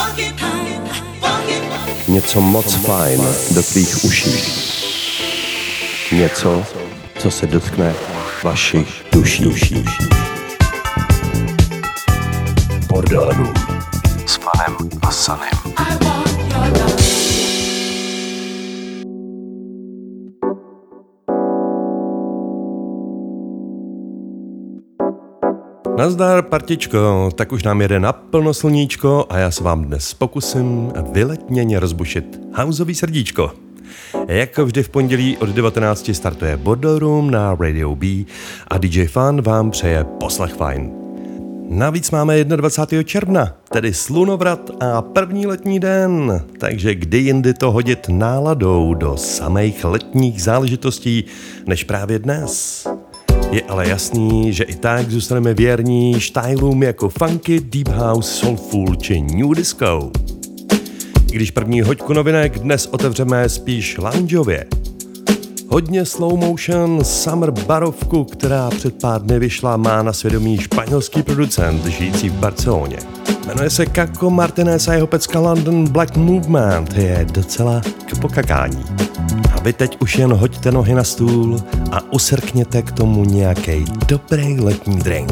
Něco moc fajn do tvých uší. Něco, co se dotkne vašich duší. Bordelů s Fanem a Sanem. Nazdar, partičko, tak už nám jede naplno sluníčko a já se vám dnes pokusím vyletněně rozbušit houseový srdíčko. Jako vždy v pondělí od 19 startuje Bordel Room na Radio B a DJ Fan vám přeje poslech fajn. Navíc máme 21. června, tedy slunovrat a první letní den, takže kdy jindy to hodit náladou do samých letních záležitostí než právě dnes. Je ale jasný, že i tak zůstaneme věrní stylům jako funky, deep house, soulful či new disco. Když první hoďku novinek dnes otevřeme spíš loungeově. Hodně slow motion summer barovku, která před pár dny vyšla, má na svědomí španělský producent žijící v Barceloně. Jmenuje se Kako Martinez a jeho pecka London Black Movement je docela k pokakání. A vy teď už jen hoďte nohy na stůl a usrkněte k tomu nějaký dobrý letní drink.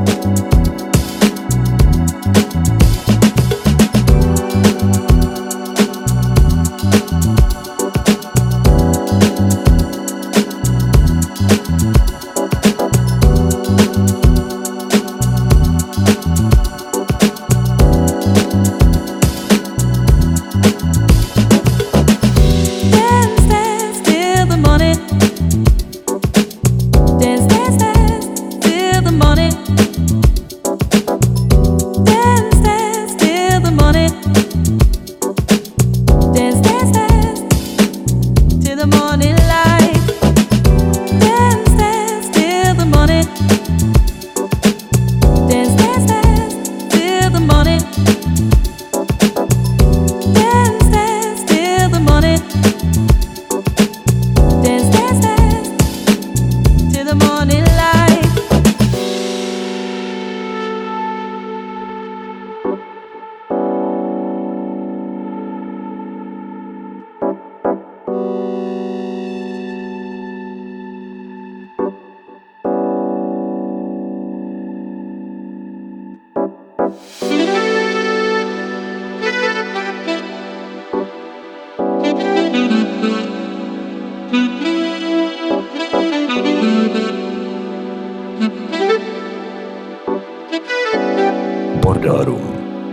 Bordel Room.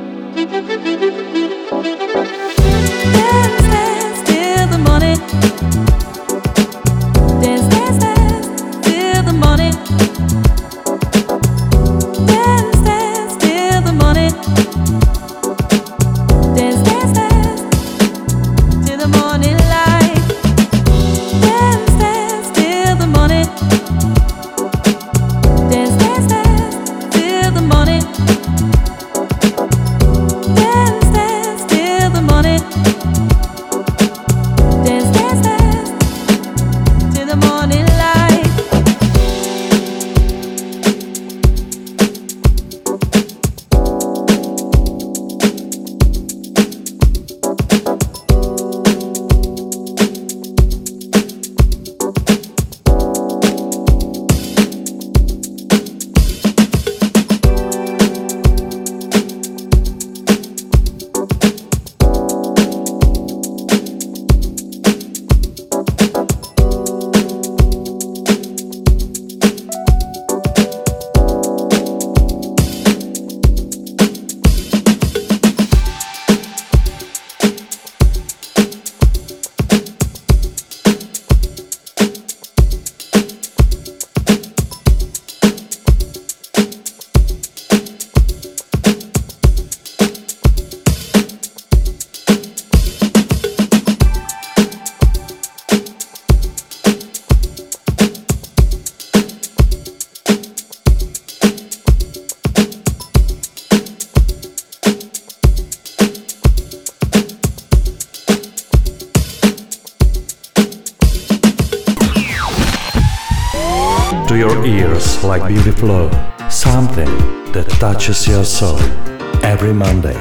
To your ears like beautiful love, something that touches your soul. Every Monday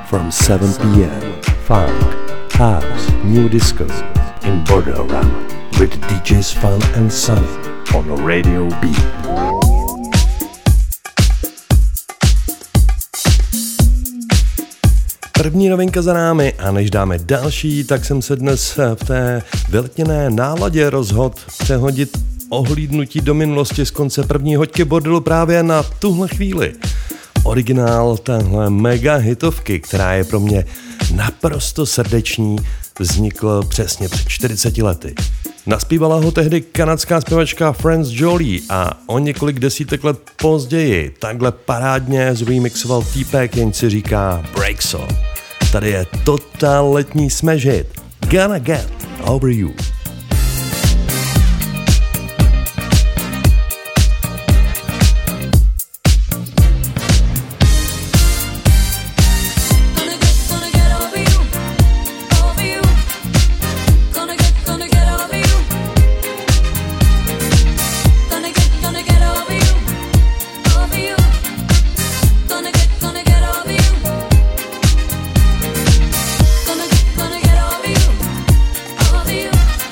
from 7 p.m. Funk, house, new disco in Borderama with DJs Fun and Sunny on Radio B. První novinka za námi a než dáme další, tak jsem se dnes v té vyletněné náladě rozhodl přehodit ohlídnutí do minulosti z konce první hoďky bordelu právě na tuhle chvíli. Originál téhle mega hitovky, která je pro mě naprosto srdeční, vznikl přesně před 40 lety. Naspívala ho tehdy kanadská zpěvačka France Jolie a o několik desítek let později takhle parádně zremixoval týpek, jen si říká Breakso. Tady je totál letní smash hit Gonna Get Over You. Gonna get over you.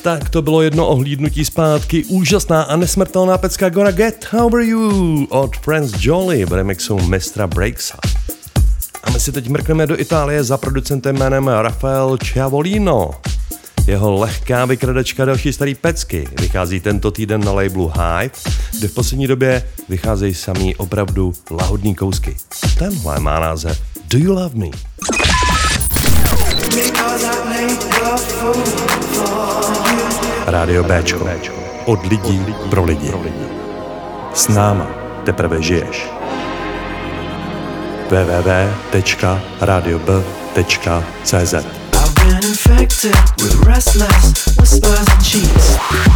Tak to bylo jedno ohlídnutí zpátky. Úžasná a nesmrtelná pecka Gonna Get Over You od Prince Jolly v remixu mistra Breaksa. A my si teď mrkneme do Itálie za producentem jménem Rafael Ciavolino. Jeho lehká vykradačka další starý pecky vychází tento týden na labelu Hive, kde v poslední době vycházejí samý opravdu lahodný kousky. Tenhle má název Do You Love Me? Rádio Béčko. Od lidí pro lidi. S náma teprve žiješ. www.radiob.cz I've been infected with restless whispers and cheats.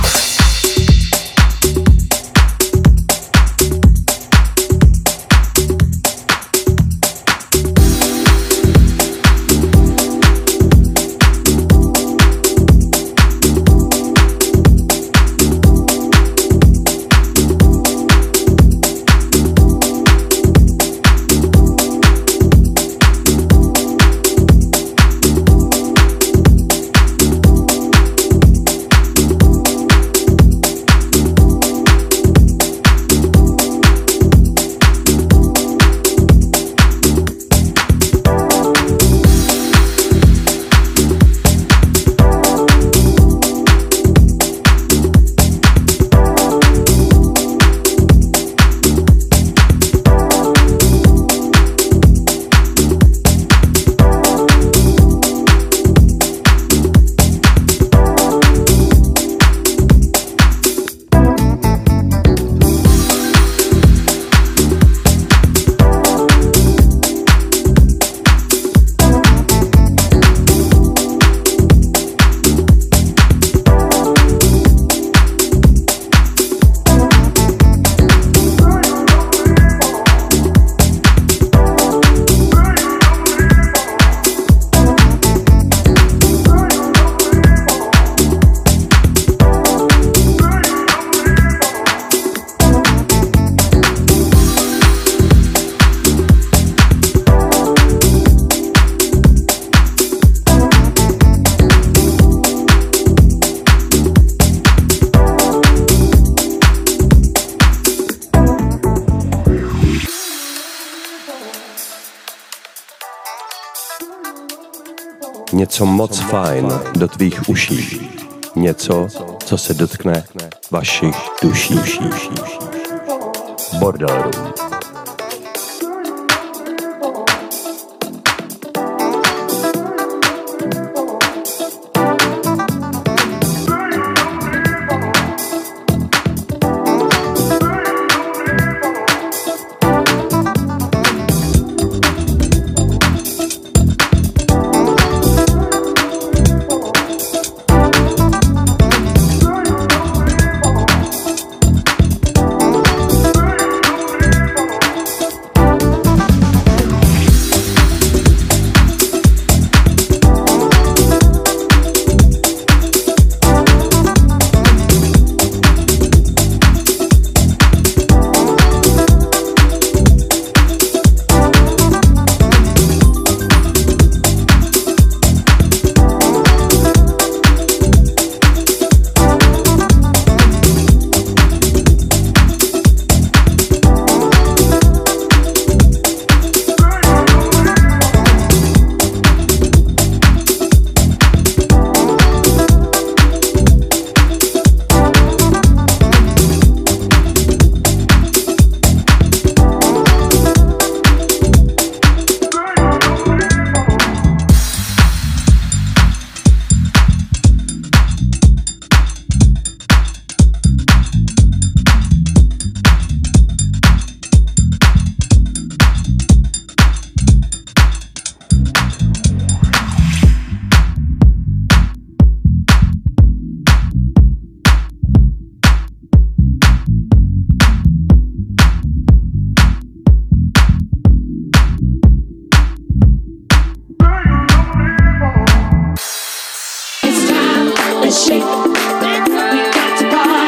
Něco moc fajn do tvých uší. Něco, co se dotkne vašich duší. Bordel Room.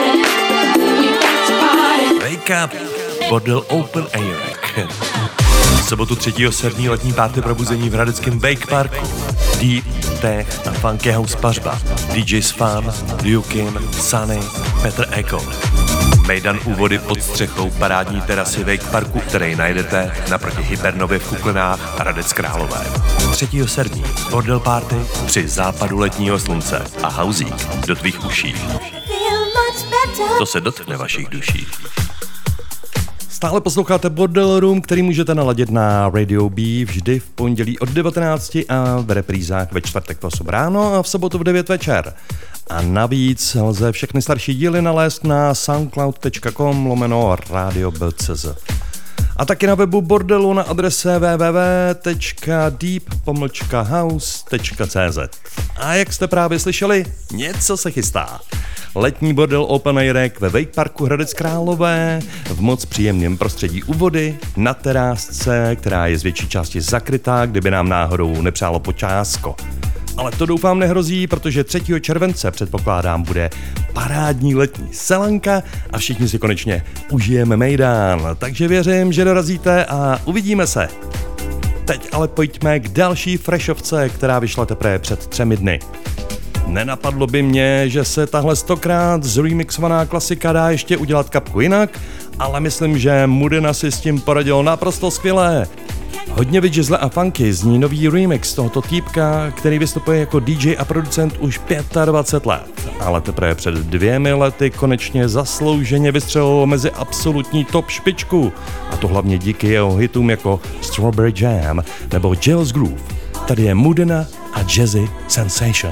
Wake up, Bordel Open Air. V sobotu 3.7. letní párty probuzení v hradeckém Wake Parku. Deep, Tech a Funky House pařba. DJs Fan, Lukin, Sunny, Petr Eko. Mejdan úvody pod střechou parádní terasy Wake Parku, který najdete naproti Hypernově v Kuklenách a Hradec Králové. 3.7. Bordel party při západu letního slunce a housík do tvých uší. To se dotkne vašich duší. Stále posloucháte Bordel Room, který můžete naladit na Radio B vždy v pondělí od 19 a v reprízách ve čtvrtek v 8 ráno a v sobotu v 9 večer. A navíc lze všechny starší díly nalézt na soundcloud.com/radiobcz. A taky na webu Bordelu na adrese www.deep-house.cz. A jak jste právě slyšeli, něco se chystá. Letní bordel Open Airek ve Wake Parku Hradec Králové v moc příjemném prostředí u vody, na terásce, která je z větší části zakrytá, kdyby nám náhodou nepřálo počásko. Ale to doufám nehrozí, protože 3. července předpokládám bude parádní letní selanka a všichni si konečně užijeme mejdán. Takže věřím, že dorazíte a uvidíme se. Teď ale pojďme k další freshovce, která vyšla teprve před 3 dny. Nenapadlo by mě, že se tahle 100krát zremixovaná klasika dá ještě udělat kapku jinak, ale myslím, že Mudena si s tím poradil naprosto skvěle. Hodně vyjazzle a funky zní nový remix tohoto týpka, který vystupuje jako DJ a producent už 25 let. Ale teprve před 2 lety konečně zaslouženě vystřelil mezi absolutní top špičku. A to hlavně díky jeho hitům jako Strawberry Jam nebo Jail's Groove. Tady je Mudena a Jazzy Sensation.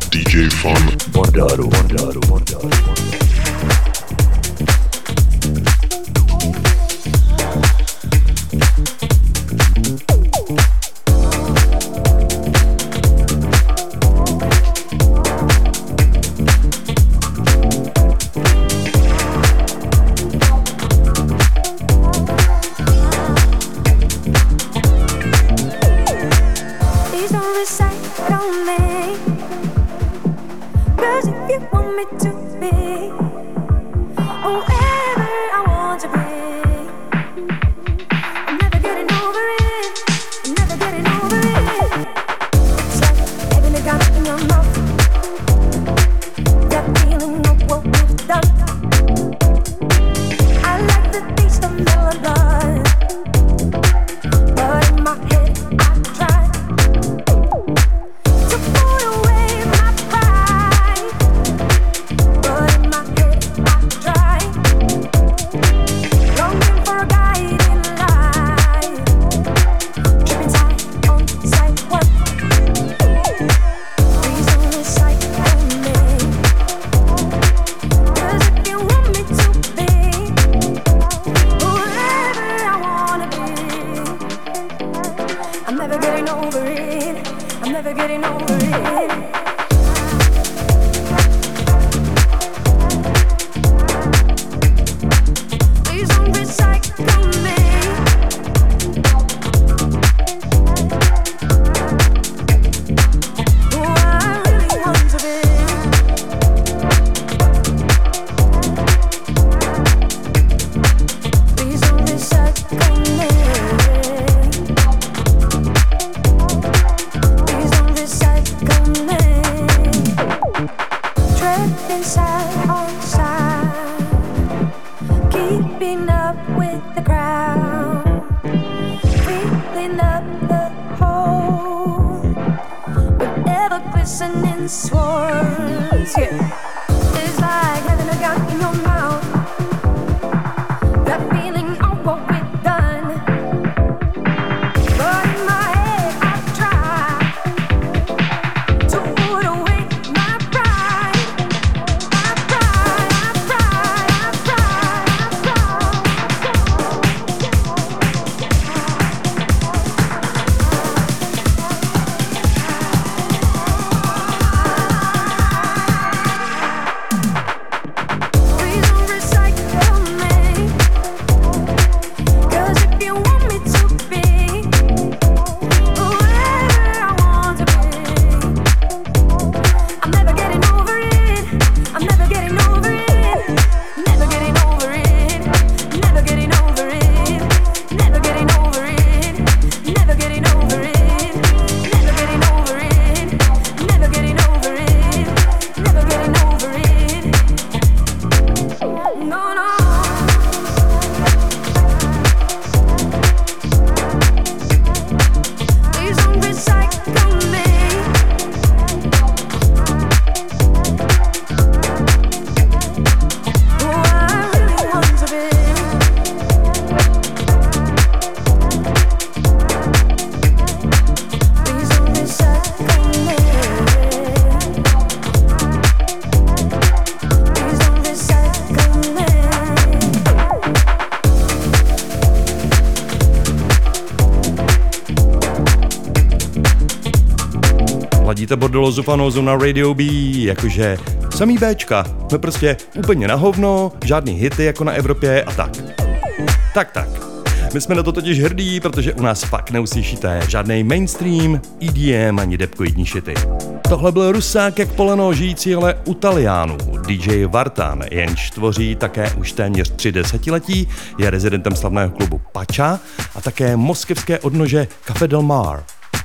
DJ Fun Borderu. Ladíte bordelózu fanózu na Radio B, jakože samý Bčka, jsme prostě úplně na hovno, žádný hity jako na Evropě a tak. Tak. My jsme na to totiž hrdí, protože u nás fakt neuslyšíte žádnej mainstream, EDM ani depkoidní shity. Tohle byl Rusák jak poleno žijící ale u Taliánů, DJ Vartan, jenž tvoří také už téměř 3 desetiletí, je rezidentem slavného klubu Pacha a také moskevské odnože Café Del Mar.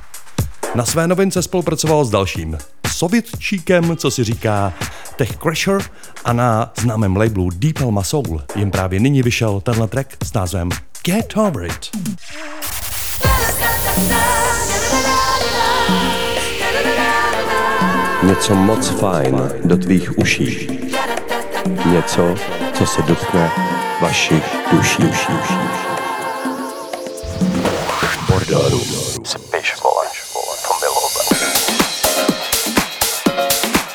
Na své novince spolupracoval s dalším sovětčíkem, co si říká Tech Crasher, a na známém labelu Deep Elma Soul jim právě nyní vyšel tenhle track s názvem Get Over It. Něco moc fajn do tvých uší. Něco, co se dotkne vašich duší. Borderu. Spíš vole, to bylo.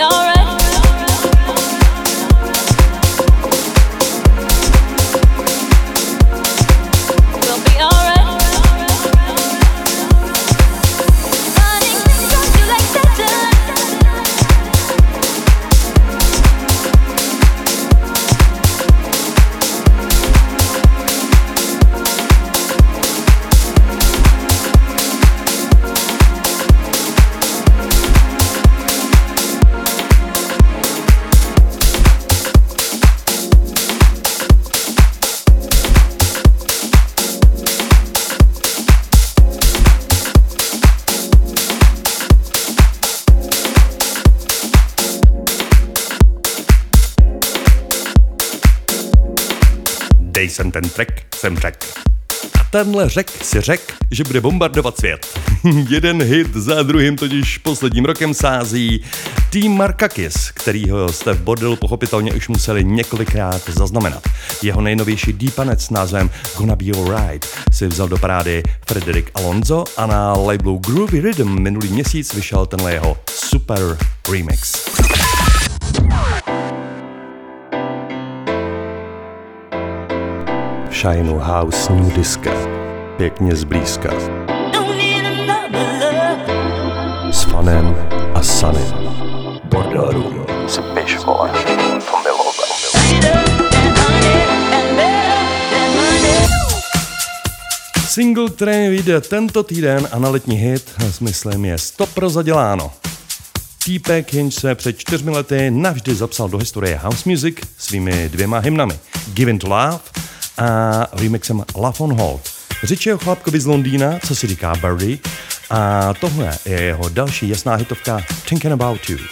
Dej sem ten track, jsem řek. A tenhle řek si řek, že bude bombardovat svět. Jeden hit za druhým totiž posledním rokem sází Tým Markakis, kterýho jste v bordelu pochopitelně už museli několikrát zaznamenat. Jeho nejnovější deepanec s názvem Gonna Be Alright si vzal do parády Frederick Alonso a na labelu Groovy Rhythm minulý měsíc vyšel tenhle jeho super remix. Shineu House New Disco, pěkně zblízka. S Fanem a Sunnym. Bordel Room. Spiš, vole, to milové. Single, který vyjde tento týden a na letní hit, myslím, je 100% zaděláno. Týpek, jenž se před 4 lety navždy zapsal do historie house music svými 2 hymnami Given to Love a remixem Love on Hold. Řeč je o chlapkovi z Londýna, co si říká Birdie, a tohle je jeho další jasná hitovka Thinking About You.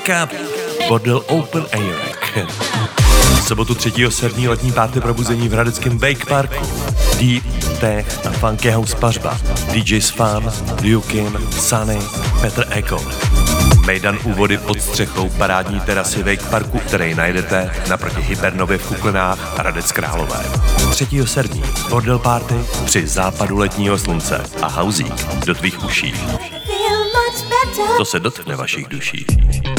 Wake Up, Bordel Open Air. V sobotu 3. srpna letní párty probuzení v hradeckém Wake Parku. Deep, Tech a Funky House pařba. DJs Fan, Lukin, Sunny, Petr Eko. Mejdan úvody pod střechou parádní terasy Wake Parku, který najdete naproti Hypernově v Kuklenách a Hradec Králové. 3. srpna Bordel Party při západu letního slunce a housík do tvých uší. To se dotkne vašich duší.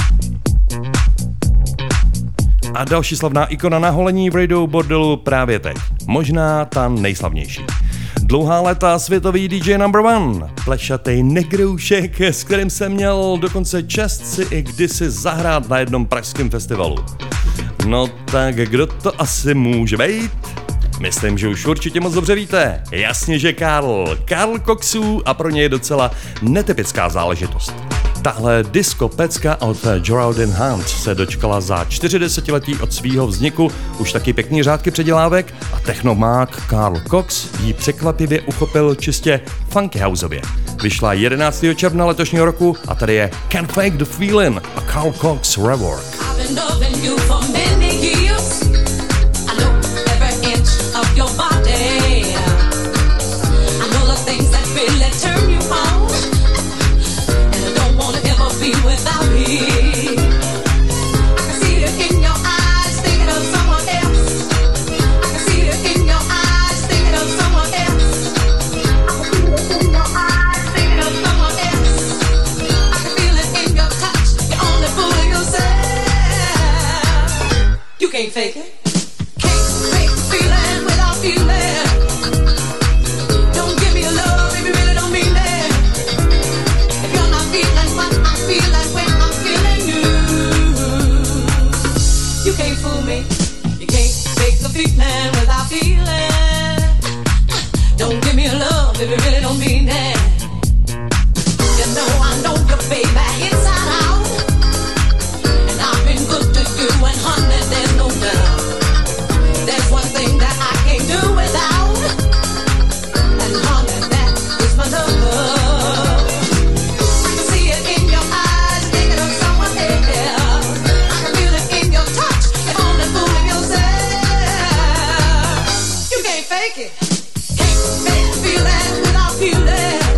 A další slavná ikona na holení v radiu Bordelu právě teď. Možná ta nejslavnější. Dlouhá léta světový DJ number one. Plešatej negroušek, s kterým jsem měl dokonce čest si i kdysi zahrát na jednom pražském festivalu. No tak kdo to asi může být? Myslím, že už určitě moc dobře víte. Jasně, že Karl Coxů a pro něj docela netypická záležitost. Tahle disco pecka od Geraldine Hunt se dočkala za 40letí od svýho vzniku už taky pěkný řádky předělávek a technomák Carl Cox ji překvapivě uchopil čistě funky houseově. Vyšla 11. června letošního roku a tady je Can't Fake the Feeling a Carl Cox Rework. Can't fake it. Can't fake the feeling without feeling. Don't give me a love if you really don't mean that. If you're not feeling what I'm feeling when I'm feeling you, you can't fool me. You can't fake the feeling without feeling. Don't give me a love if you really don't mean that. You know you, baby, inside out. And I've been good to you and honey, there's no doubt. There's one thing that I can't do without, and honey, that is my love. I can see it in your eyes, thinking of someone else. I can feel it in your touch, you're only fooling yourself. You can't fake it. Can't fake the feeling without feeling.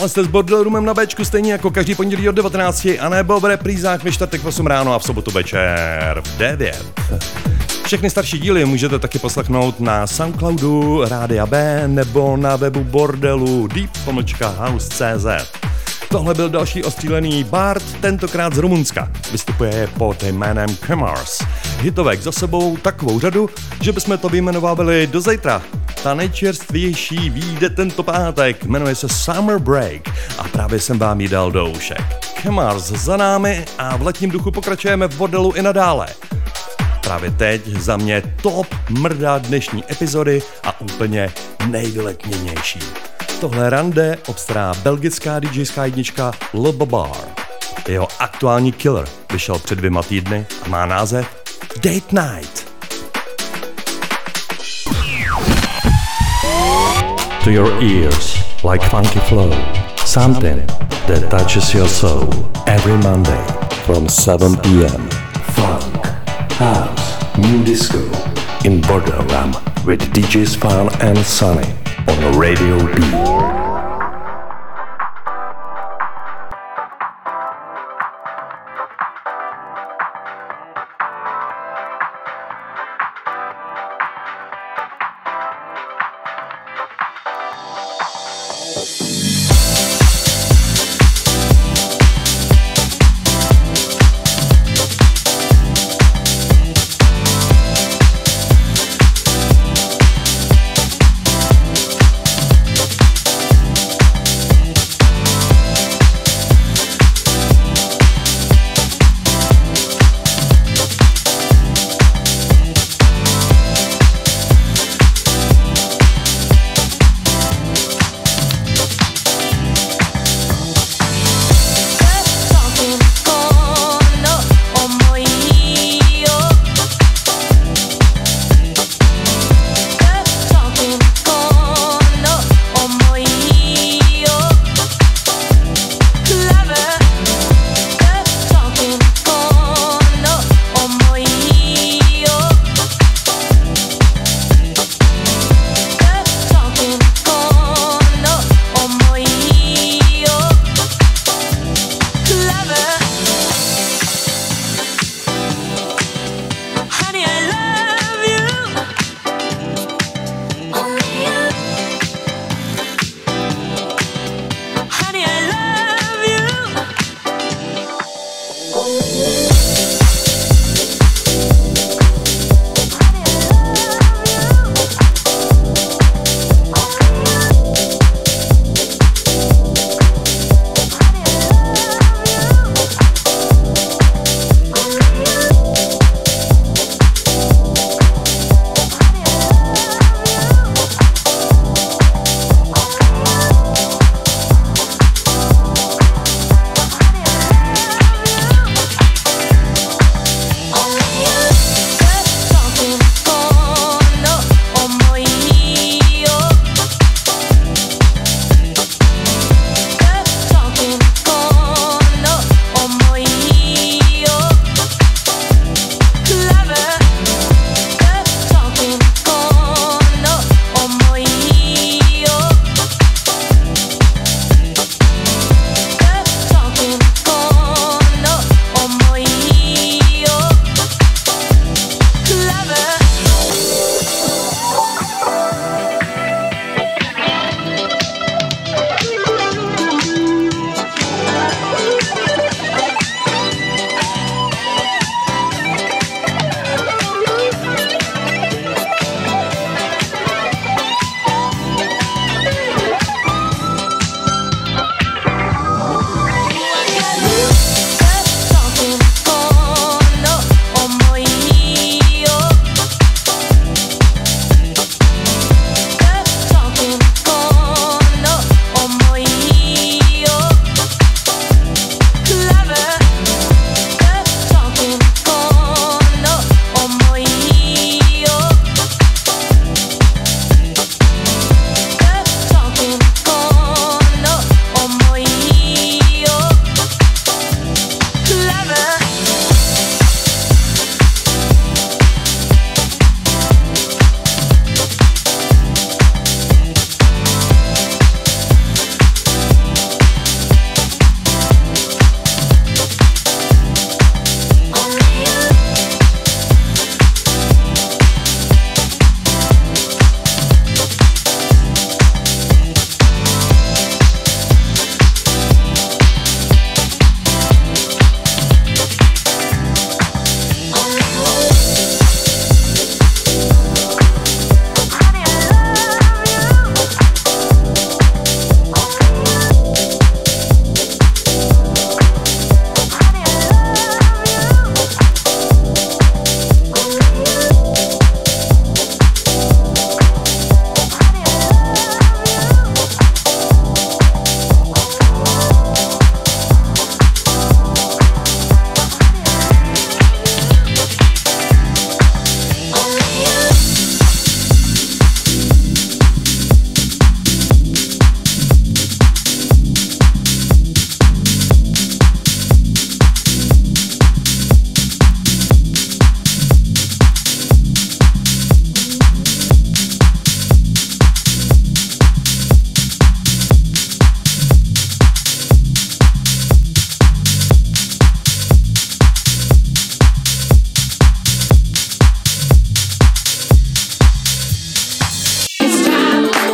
Stále jste s Bordel Roomem na Bčku, stejně jako každý pondělí od 19, anebo v reprízách ve čtvrtek v 8 ráno a v sobotu večer v 9. Všechny starší díly můžete taky poslechnout na Soundcloudu Rádia B nebo na webu bordelu deep-house.cz. Tohle byl další ostřílený Bard, tentokrát z Rumunska. Vystupuje pod jménem Kemars. Hitovek za sebou takovou řadu, že bychom to vyjmenovávali do zítra. Ta nejčerstvější vyjde tento pátek, jmenuje se Summer Break a právě jsem vám ji dal do ušek. Kemars za námi a v letním duchu pokračujeme v bordelu i nadále. Právě teď za mě top mrda dnešní epizody a úplně nejvyletněnější. Tohle rande obstará belgická DJská jednička Le Babar. Jeho aktuální killer vyšel před 2 týdny a má název Date Night. To your ears, like funky flow, something that touches your soul. Every Monday from 7 p.m. Funk, house, new disco in Bordel Room with DJs Fun and Sunny on Radio B.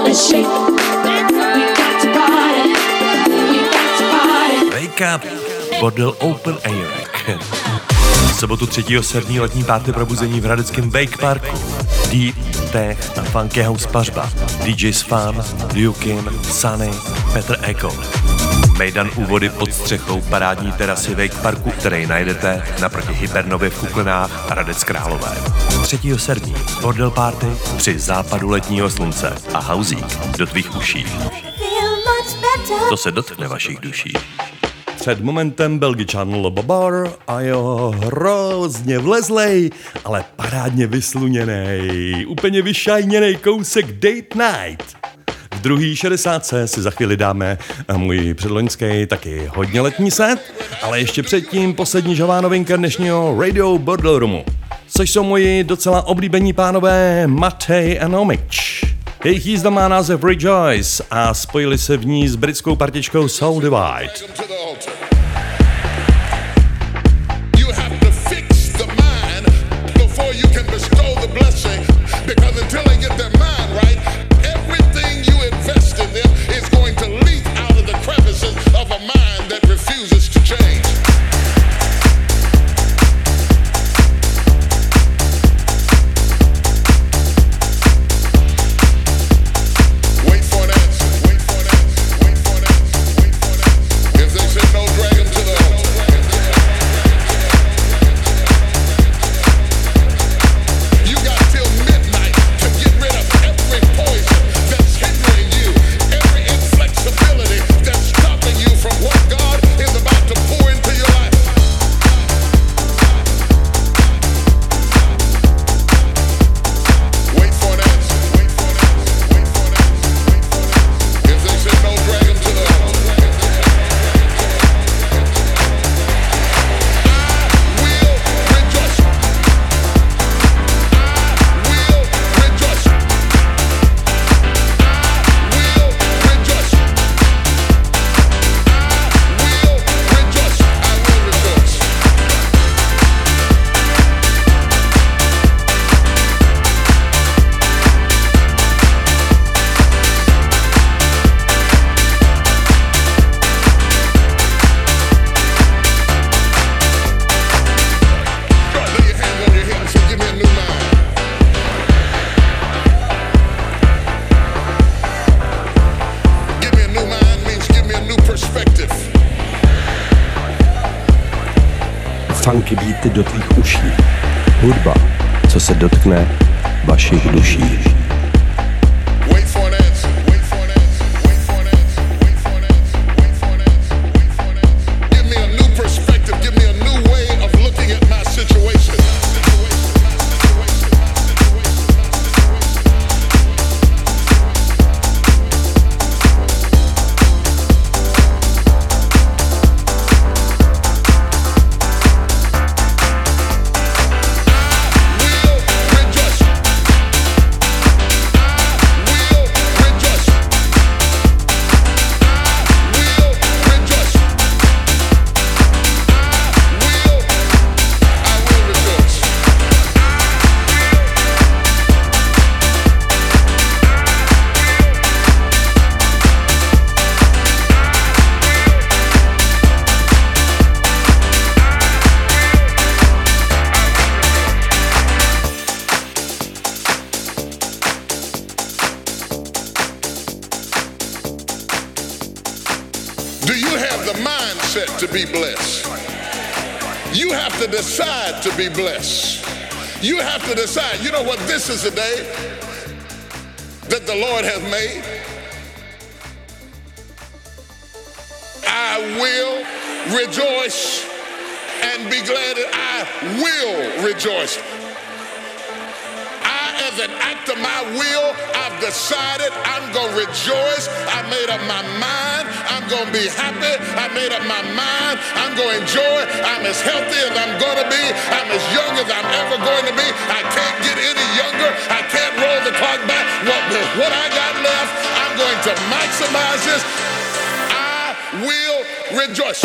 to shake. We got to party. We got to party. Wake up, bordel open air. V sobotu 3. srpna letní páté probuzení v hradeckém Wake Parku. Deep, tech a funky house pařba. DJs Fan, Lukin, Sunny, Petr Eko. Mejdan úvody pod střechou parádní terasy Wake Parku, který najdete naproti Hybernově v Kuklenách a Hradec Králové. 3. srpna bordel party při západu letního slunce a hauzík do tvých uší. To se dotkne vašich duší. Před momentem Belgičan Lobo Bar a jo, hrozně vlezlej, ale parádně vysluněnej, úplně vyšajněnej kousek Date Night. V druhý 60 si za chvíli dáme můj předloňský taky hodně letní set, ale ještě předtím poslední žavá novinka dnešního Radio Bordel Roomu, což jsou moji docela oblíbení pánové Matej a Nomič. Jejich jízda má název Rejoice a spojili se v ní s britskou partičkou Soul Divide. Funky beaty do tvých uší. Hudba, co se dotkne vašich duší. To be blessed. You have to decide to be blessed. You have to decide, you know what, this is the day that the Lord has made. I will rejoice and be glad that I will rejoice. As an act of my will, I've decided I'm going to rejoice. I made up my mind. I'm going to be happy. I made up my mind. I'm going to enjoy. I'm as healthy as I'm going to be. I'm as young as I'm ever going to be. I can't get any younger. I can't roll the clock back. What I got left, I'm going to maximize this. I will rejoice.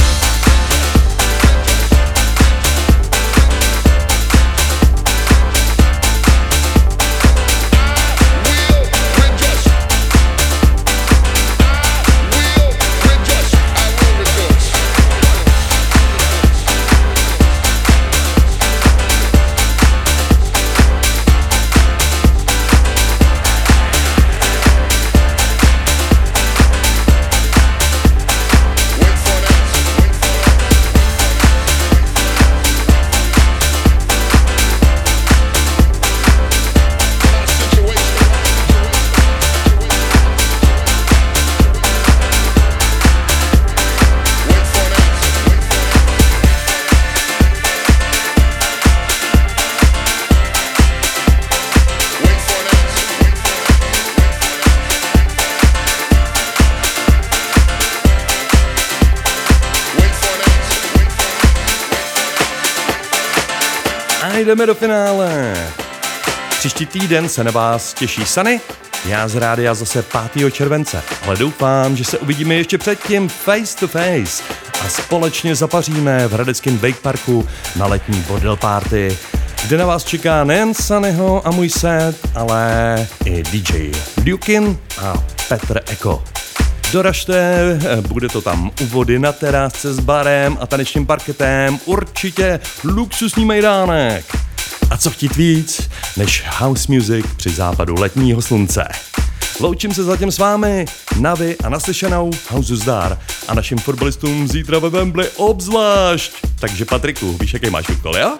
a jdeme do finále. Příští týden se na vás těší Sunny, já z rádia zase 5. července, ale doufám, že se uvidíme ještě předtím face to face a společně zapaříme v hradeckém Wake Parku na letní bordel party, kde na vás čeká nejen Sunnyho a můj set, ale i DJ Lukin a Petr Eko. Doražte, bude to tam u vody na terásce s barem a tanečním parketem, určitě luxusní mejdánek. A co chtít víc, než house music při západu letního slunce. Loučím se zatím s vámi, Navi a naslyšenou House zdar a našim fotbalistům zítra ve Wembley obzvlášť. Takže Patriku, víš, jaký máš úkol, jo?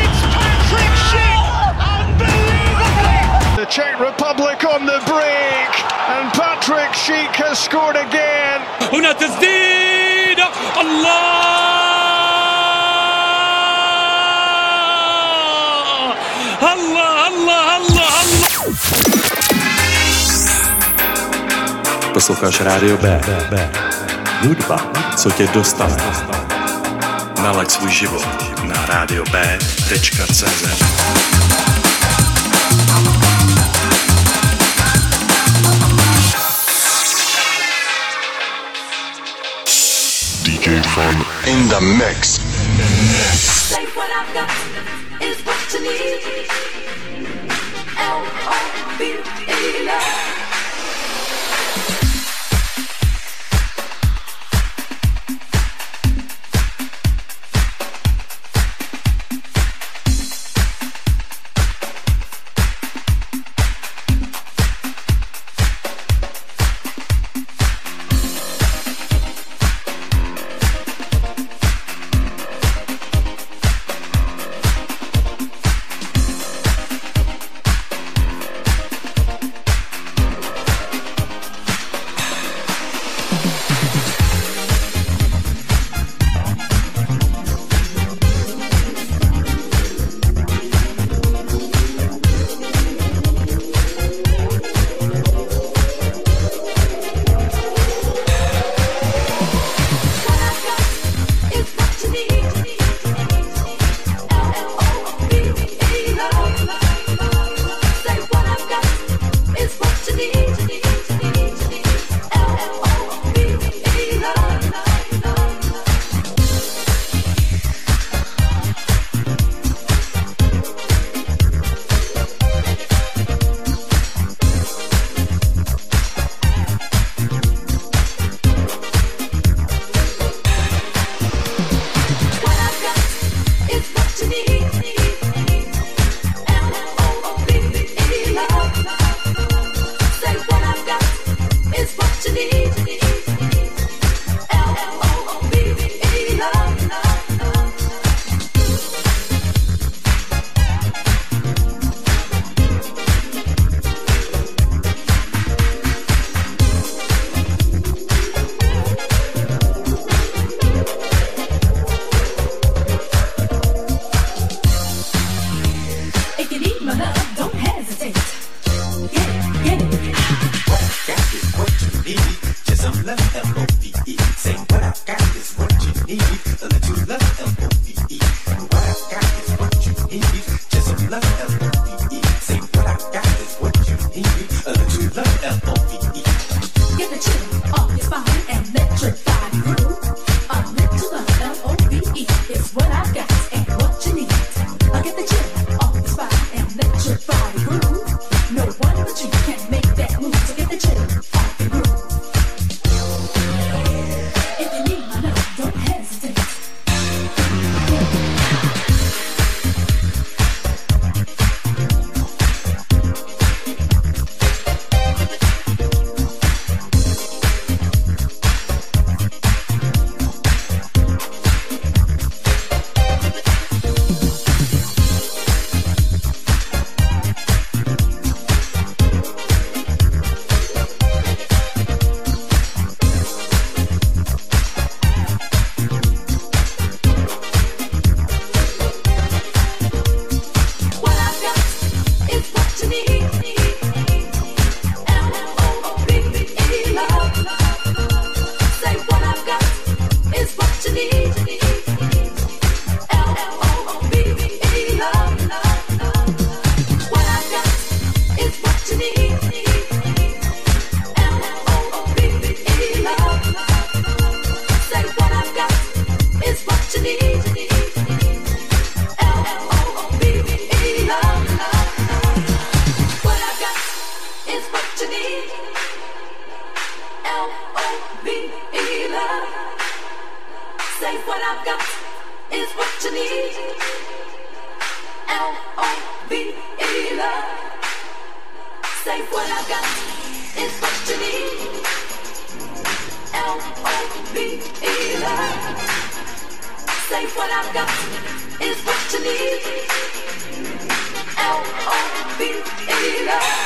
The Czech Republic on the break, and Patrick Schick has scored again. هنا تسديد الله الله الله الله الله. Posloucháš Rádio B. Hudba, co tě dostane. Nalaď svůj život na radiob.cz. DJ Fun in the mix. Say what I've got is what you need. L-O-V-E love. got is what you need. L-O-V-E, love. Say what I got is what you need. L-O-V-E, love. Say what I've got is what you need. L-O-V-E, love.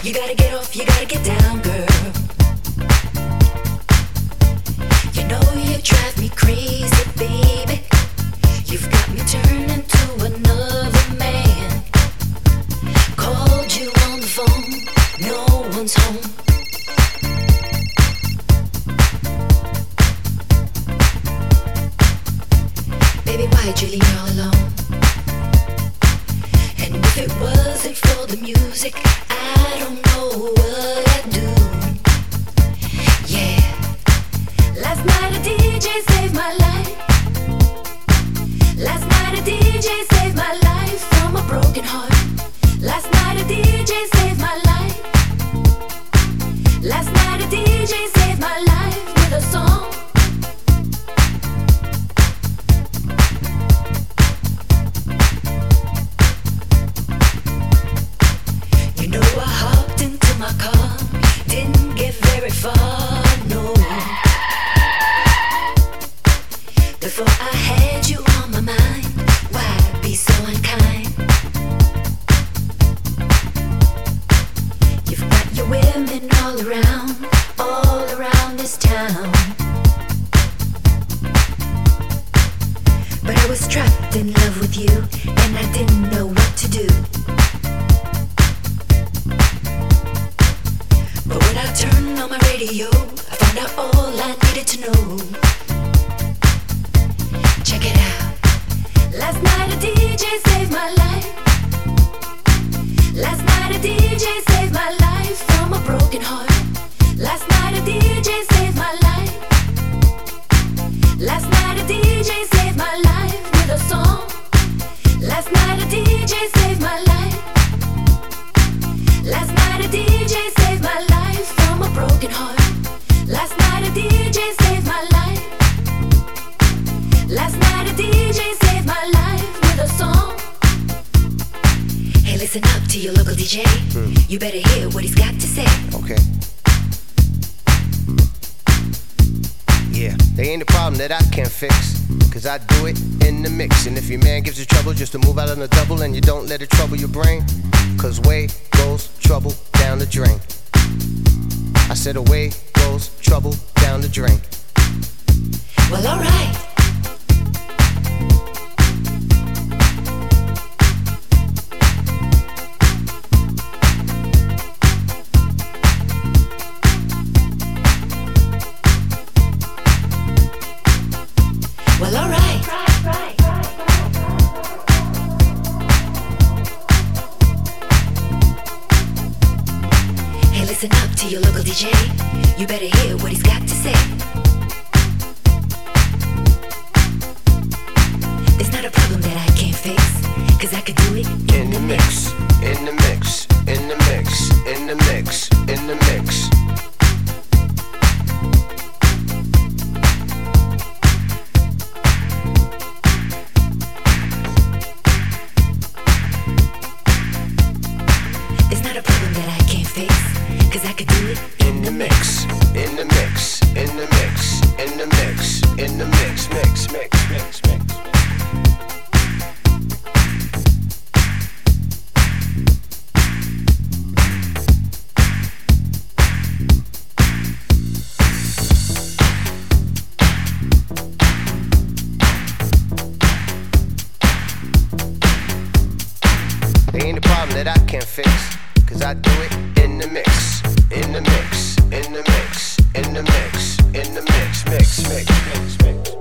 You gotta get off, you gotta get down, girl. You know you drive me crazy, baby. You've got me turning to another man. Called you on the phone, no one's home. Baby, why'd you leave me all alone? And if it wasn't for the music, I don't know what I'd do. Yeah. Last night a DJ saved my life. Last night a DJ saved my life from a broken heart. Last night a DJ saved my life. Last night a DJ saved my life with a song. You know I hopped into my car, didn't get very far, no. Before I had you on my mind, why be so unkind? You've got your women all around this town. But I was trapped in love with you, and I didn't know what to do. But when I turned on my radio, I found out all I needed to know. Check it out. Last night a DJ saved my life. Last night a DJ saved my life from a broken heart. Last night a DJ saved my life. Last night a DJ saved my life with a song. Last night a DJ saved my life. Last night a DJ saved my life from a broken heart. Last night a DJ saved my life. Last night a DJ saved my life with a song. Hey, listen up to your local DJ. You better hear what he's got to say. Okay. Yeah, there ain't a problem that I can't fix, cause I do it in the mix. And if your man gives you trouble just to move out on the double, and you don't let it trouble your brain, cause away goes trouble down the drain. I said away goes trouble down the drain. Well, alright. Well, alright. Hey, listen up to your local DJ. You better hear what he's got to say. It's not a problem that I can't fix, cause I could do it in the mix. In the mix, in the mix, in the mix, in the mix. It's not a problem that I can't fix, cause I could do it in the mix, in the mix, in the mix, in the mix, in the mix, mix, mix, mix, mix. There ain't a problem that I can't fix, cause I do it in the mix, in the mix, in the mix, in the mix, in the mix, mix, mix, mix, mix.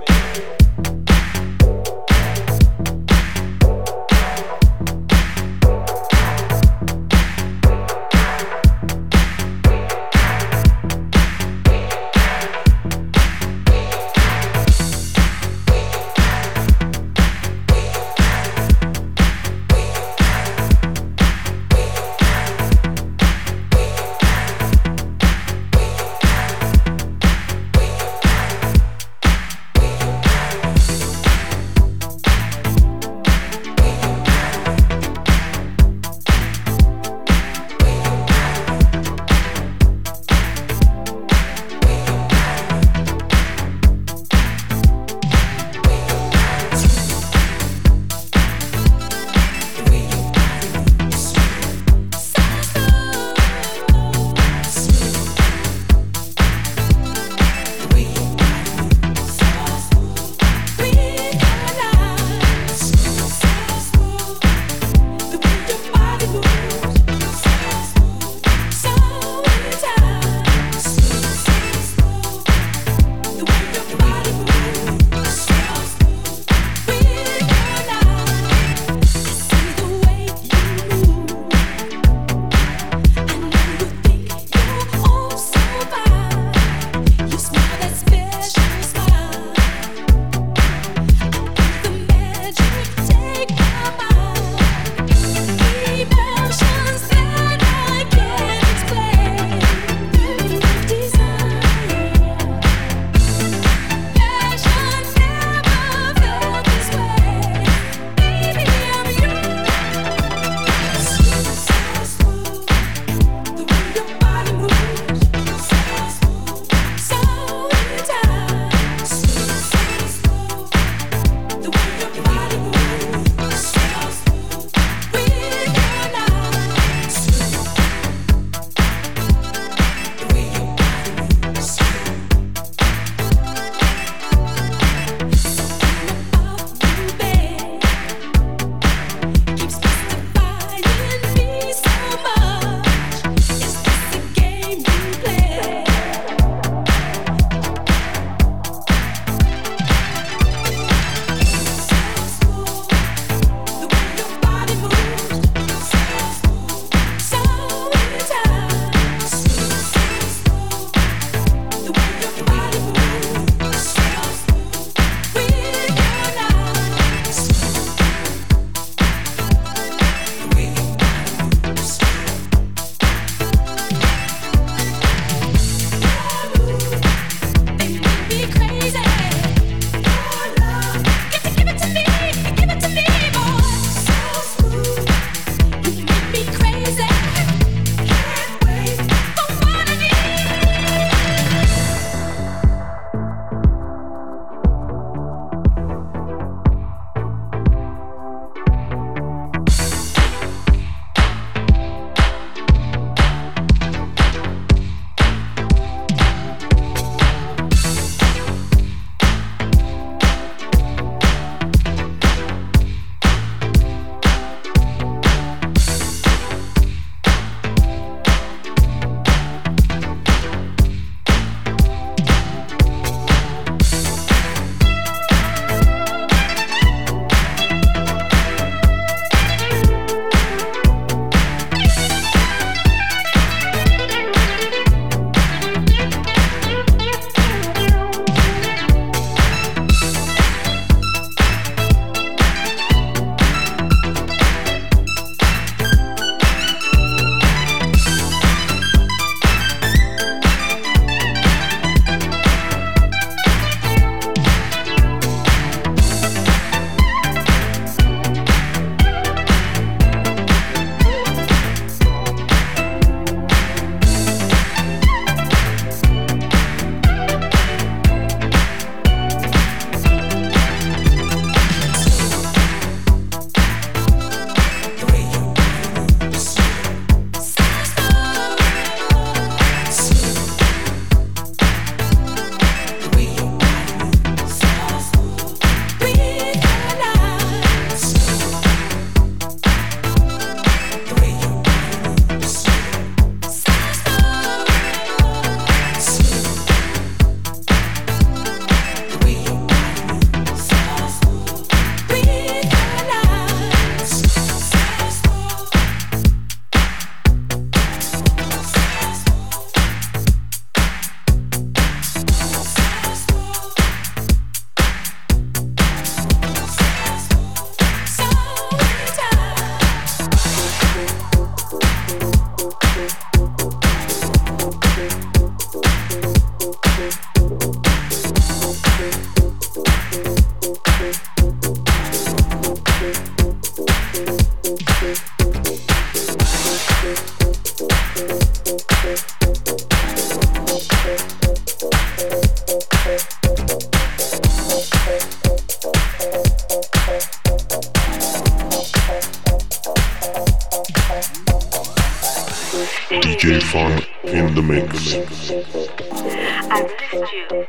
DJ Funk in the mix. I missed you.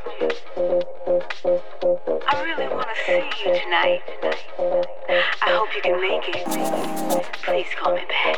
I really want to see you tonight. I hope you can make it. Please call me back.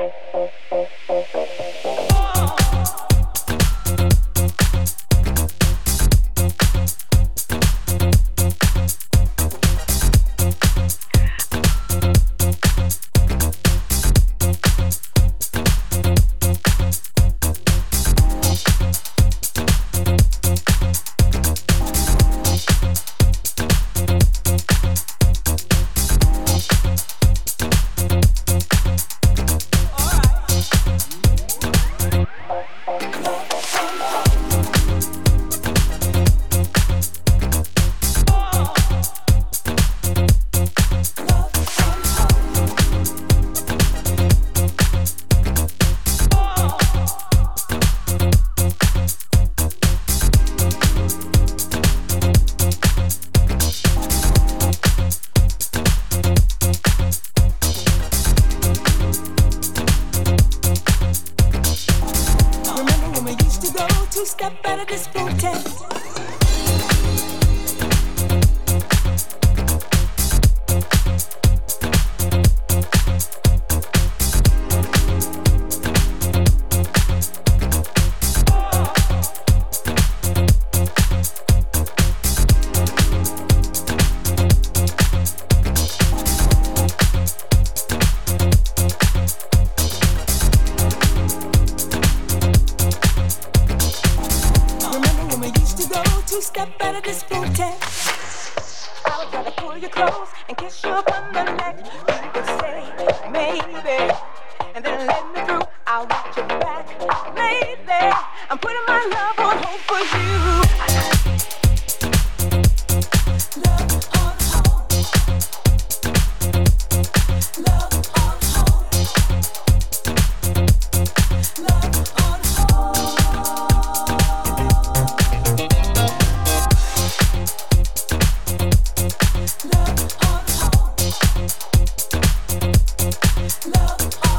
Step out of this protest. Step out of this protest. I'll try to pull you close and kiss you upon the neck. You could say maybe, and then let me through. I'll watch your back lately. I'm putting my love on hold for you. Love on hold. Love on hold. Love on hold. Love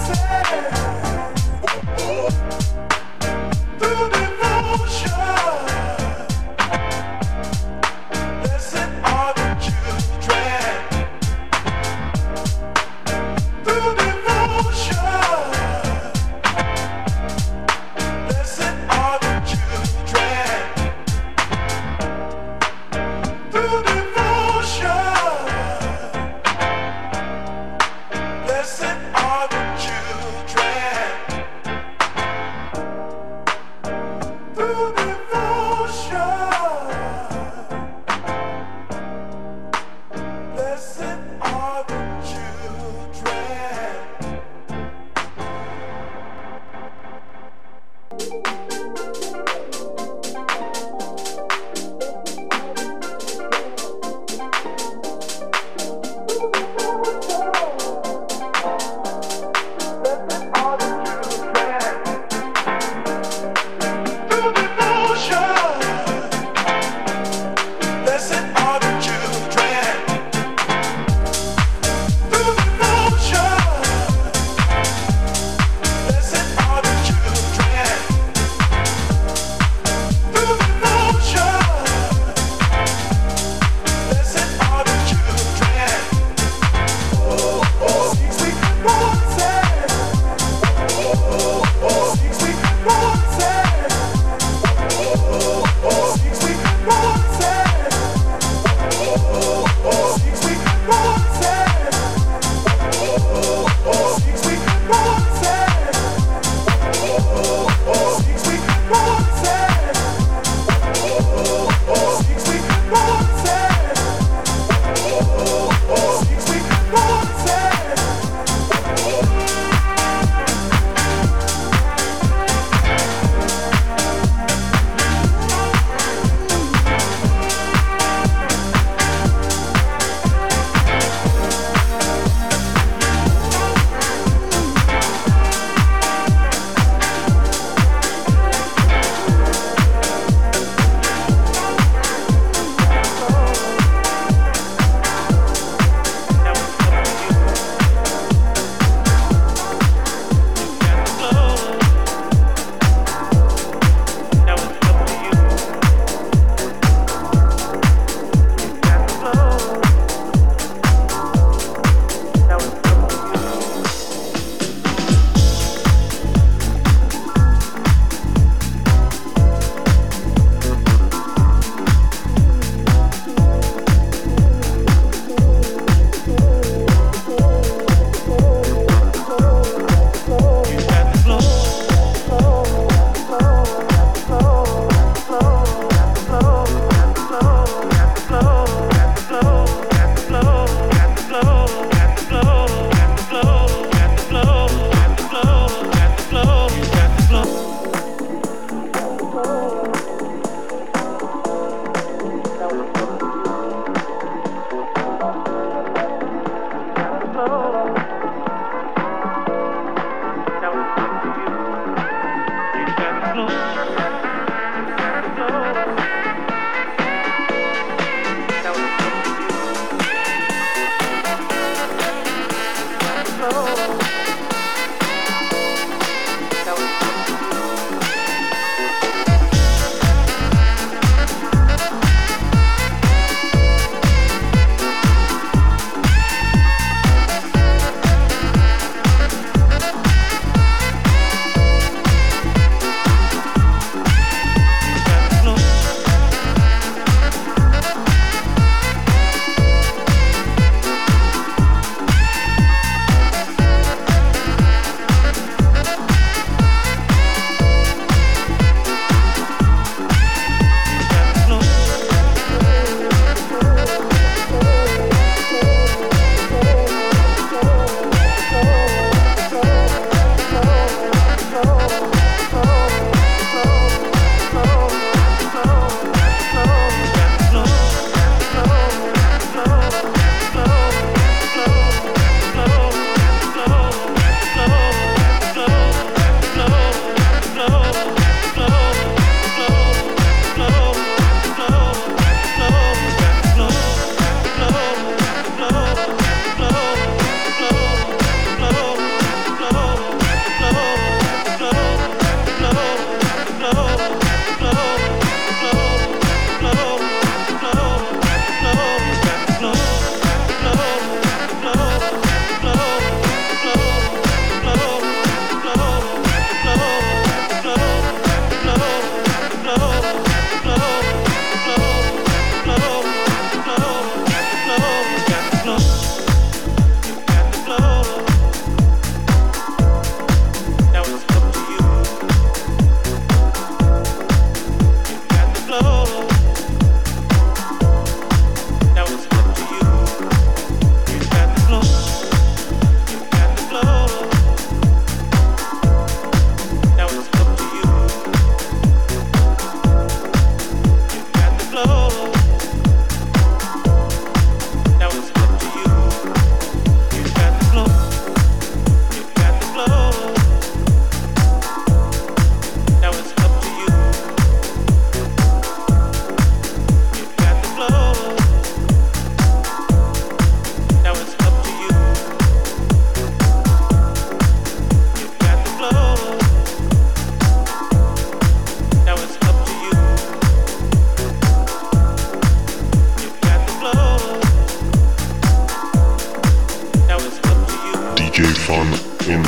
Blessed are the children.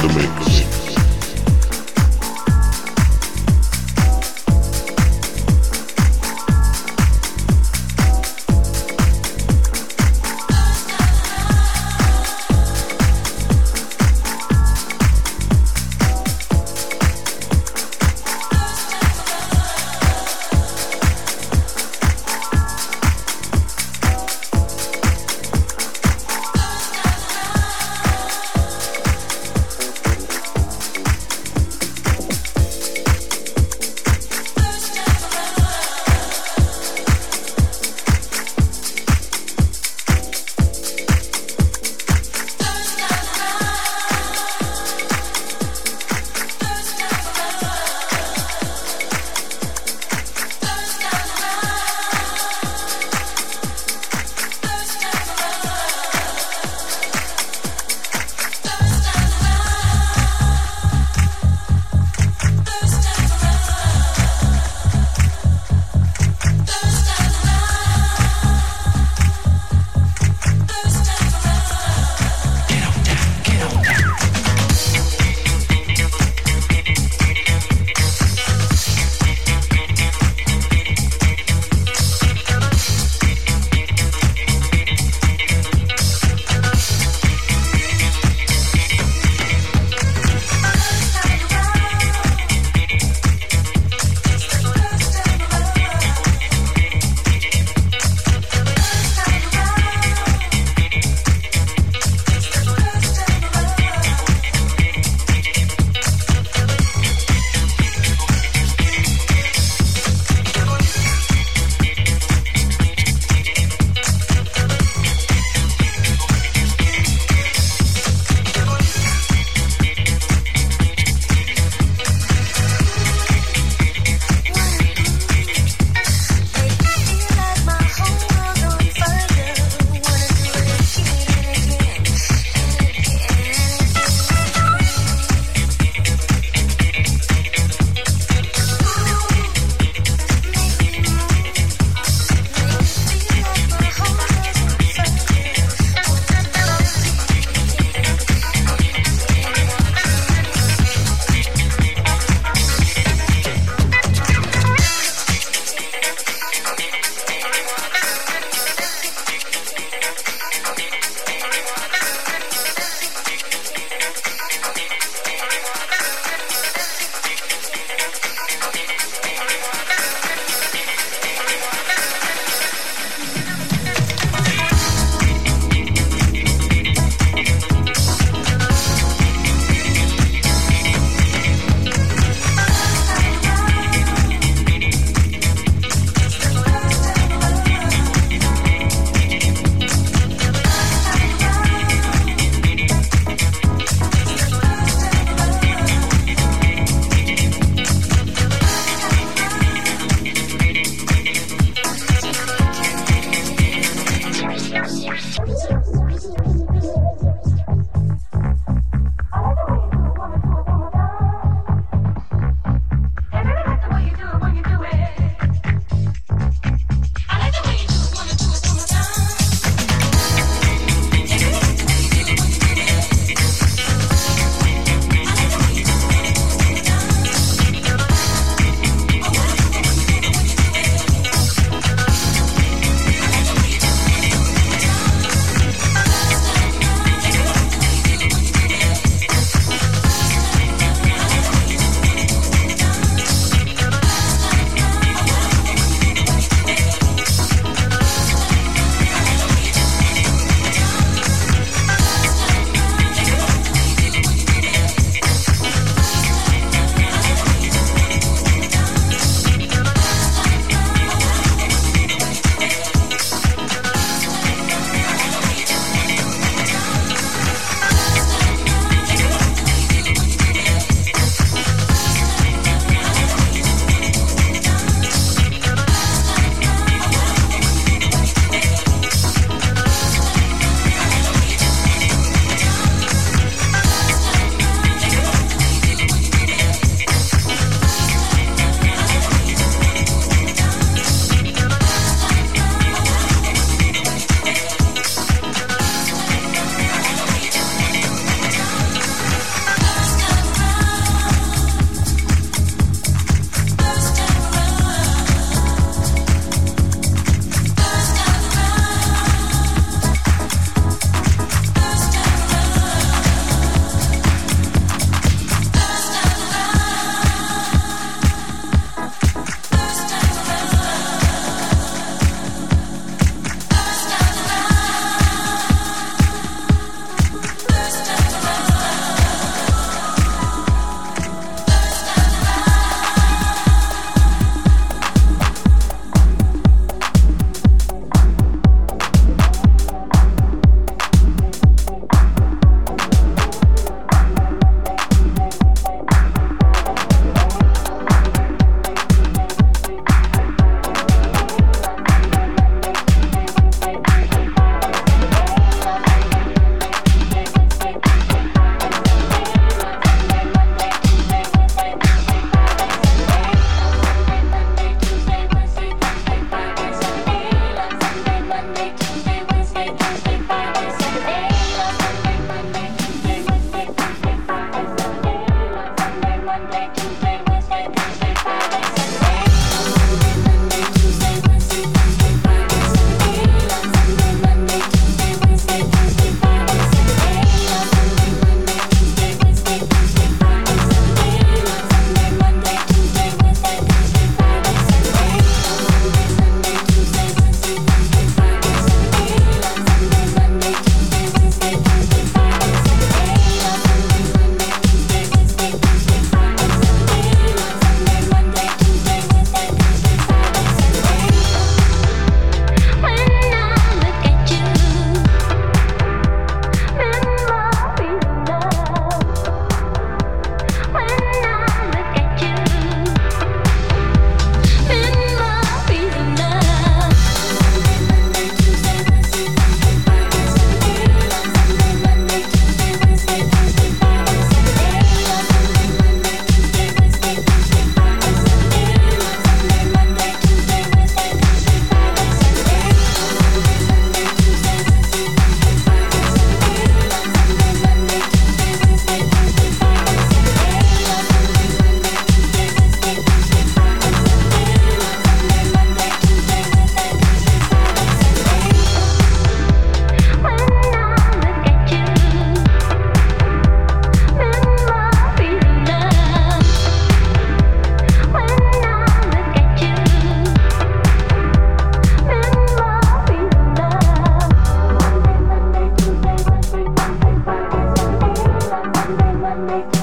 the mix.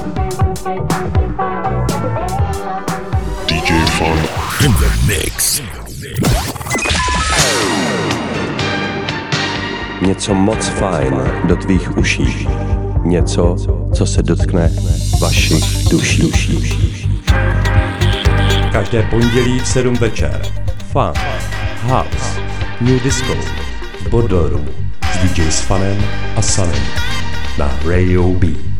DJ Fun in the mix. Něco moc fajn do tvých uší. Něco, co se dotkne vašich duší. Každé pondělí v 7 večer. Fun, House, New Disco, Bordel Room s DJ Funem a Sunem na Radio B.